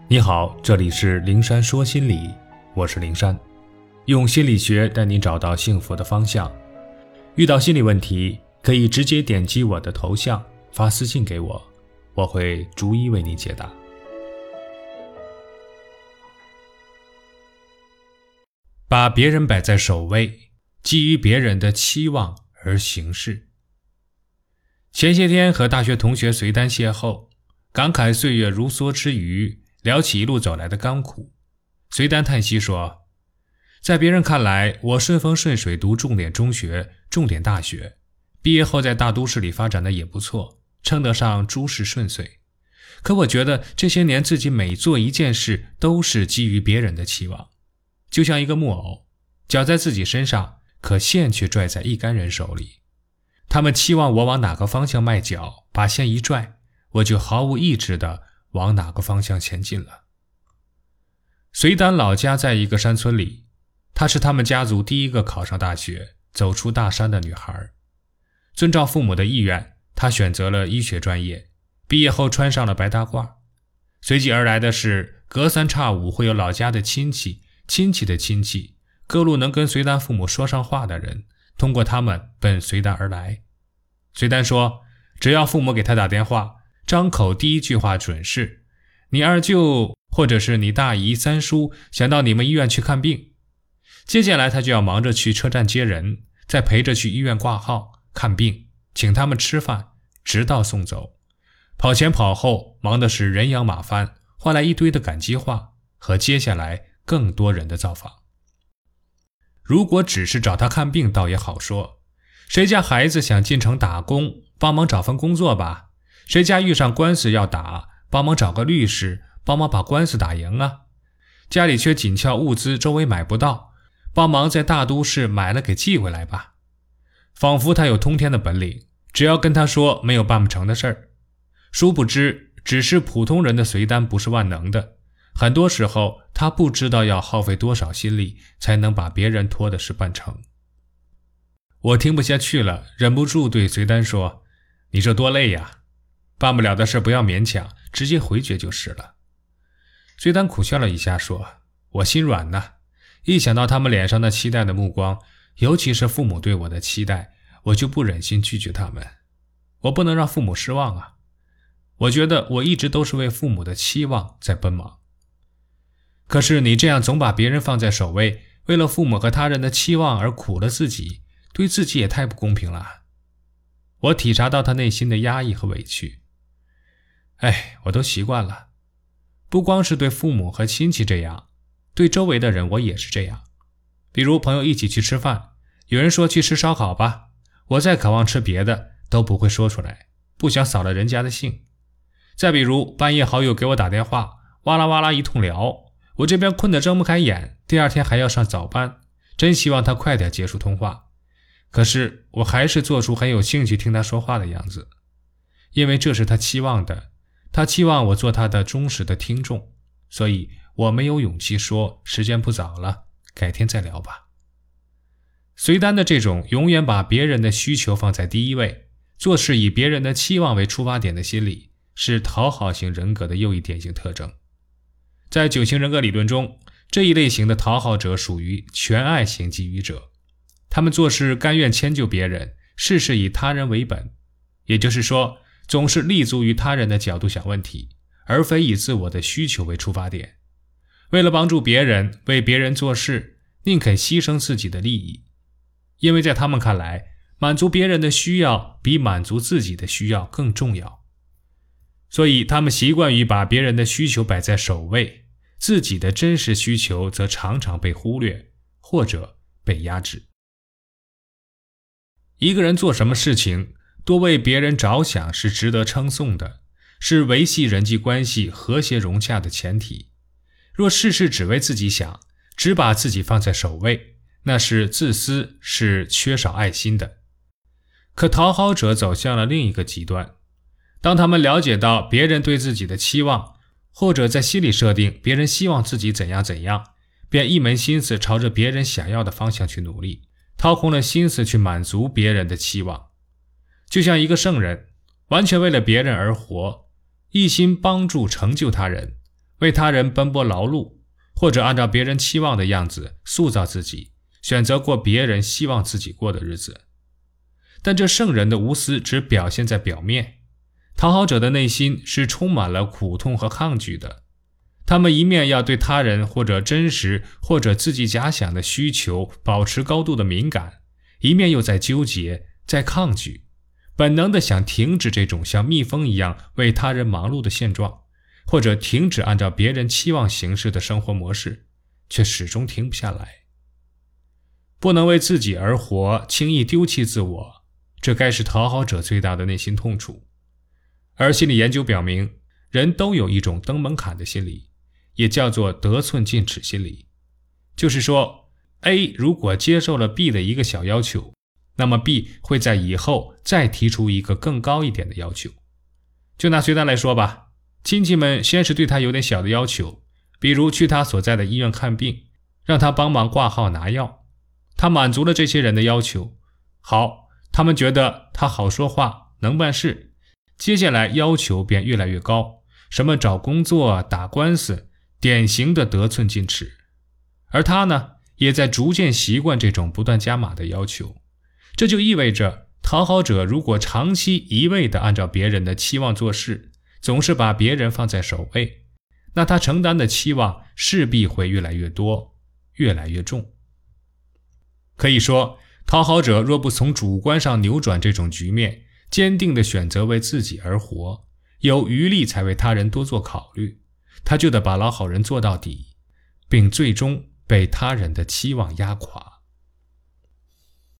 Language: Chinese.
你好，这里是灵山说心理，我是灵山，用心理学带你找到幸福的方向。遇到心理问题，可以直接点击我的头像发私信给我，我会逐一为你解答。把别人摆在首位，基于别人的期望而行事。前些天和大学同学随单邂逅，感慨岁月如梭之余，聊起一路走来的甘苦。随单叹息说，在别人看来，我顺风顺水读重点中学、重点大学，毕业后在大都市里发展的也不错，称得上诸事顺遂。可我觉得这些年自己每做一件事都是基于别人的期望，就像一个木偶，脚在自己身上，可线却拽在一干人手里。他们期望我往哪个方向迈脚，把线一拽，我就毫无意志地往哪个方向前进了。随丹老家在一个山村里，她是他们家族第一个考上大学、走出大山的女孩。遵照父母的意愿，她选择了医学专业，毕业后穿上了白大褂。随即而来的是隔三差五会有老家的亲戚、亲戚的亲戚，各路能跟随丹父母说上话的人，通过他们奔随丹而来。随丹说，只要父母给他打电话，张口第一句话准是，你二舅或者是你大姨三叔想到你们医院去看病。接下来他就要忙着去车站接人，再陪着去医院挂号看病，请他们吃饭，直到送走。跑前跑后，忙的是人仰马翻，换来一堆的感激话和接下来更多人的造访。如果只是找他看病倒也好说，谁家孩子想进城打工，帮忙找份工作吧，谁家遇上官司要打，帮忙找个律师，帮忙把官司打赢啊。家里缺紧俏物资，周围买不到，帮忙在大都市买了给寄回来吧。仿佛他有通天的本领，只要跟他说没有办不成的事儿。殊不知，只是普通人的随丹不是万能的，很多时候他不知道要耗费多少心力才能把别人拖的事办成。我听不下去了，忍不住对随丹说，你这多累呀，办不了的事不要勉强，直接回绝就是了。随丹苦笑了一下说，我心软呐，一想到他们脸上那期待的目光，尤其是父母对我的期待，我就不忍心拒绝他们。我不能让父母失望啊，我觉得我一直都是为父母的期望在奔忙。可是你这样总把别人放在首位，为了父母和他人的期望而苦了自己，对自己也太不公平了。我体察到他内心的压抑和委屈。我都习惯了，不光是对父母和亲戚这样，对周围的人我也是这样。比如朋友一起去吃饭，有人说去吃烧烤吧，我再渴望吃别的都不会说出来，不想扫了人家的兴。再比如半夜好友给我打电话，哇啦哇啦一通聊，我这边困得睁不开眼，第二天还要上早班，真希望他快点结束通话。可是我还是做出很有兴趣听他说话的样子，因为这是他期望的，他期望我做他的忠实的听众，所以我没有勇气说时间不早了，改天再聊吧。随丹的这种永远把别人的需求放在第一位，做事以别人的期望为出发点的心理，是讨好型人格的又一典型特征。在9型人格理论中，这一类型的讨好者属于全爱型给予者，他们做事甘愿迁就别人，事事以他人为本，也就是说，总是立足于他人的角度想问题，而非以自我的需求为出发点。为了帮助别人，为别人做事，宁肯牺牲自己的利益，因为在他们看来，满足别人的需要比满足自己的需要更重要。所以他们习惯于把别人的需求摆在首位，自己的真实需求则常常被忽略或者被压制。一个人做什么事情多为别人着想是值得称颂的，是维系人际关系和谐融洽的前提。若事事只为自己想，只把自己放在首位，那是自私，是缺少爱心的。可讨好者走向了另一个极端，当他们了解到别人对自己的期望，或者在心里设定别人希望自己怎样怎样，便一门心思朝着别人想要的方向去努力，掏空了心思去满足别人的期望。就像一个圣人，完全为了别人而活，一心帮助成就他人， 为他人奔波劳碌，或者按照别人期望的样子塑造自己，选择过别人希望自己过的日子。但这圣人的无私只表现在表面，讨好者的内心是充满了苦痛和抗拒的。他们一面要对他人或者真实或者自己假想的需求保持高度的敏感，一面又在纠结，在抗拒，本能的想停止这种像蜜蜂一样为他人忙碌的现状，或者停止按照别人期望行事的生活模式，却始终停不下来。不能为自己而活，轻易丢弃自我，这该是讨好者最大的内心痛楚。而心理研究表明，人都有一种登门槛的心理，也叫做得寸进尺心理。就是说 A 如果接受了 B 的一个小要求，那么 B 会在以后再提出一个更高一点的要求。就拿随丹来说吧，亲戚们先是对他有点小的要求，比如去他所在的医院看病，让他帮忙挂号拿药。他满足了这些人的要求，好，他们觉得他好说话，能办事，接下来要求便越来越高，什么找工作、打官司，典型的得寸进尺。而他呢，也在逐渐习惯这种不断加码的要求。这就意味着，讨好者如果长期一味地按照别人的期望做事，总是把别人放在首位，那他承担的期望势必会越来越多，越来越重。可以说，讨好者若不从主观上扭转这种局面，坚定地选择为自己而活，有余力才为他人多做考虑，他就得把老好人做到底，并最终被他人的期望压垮。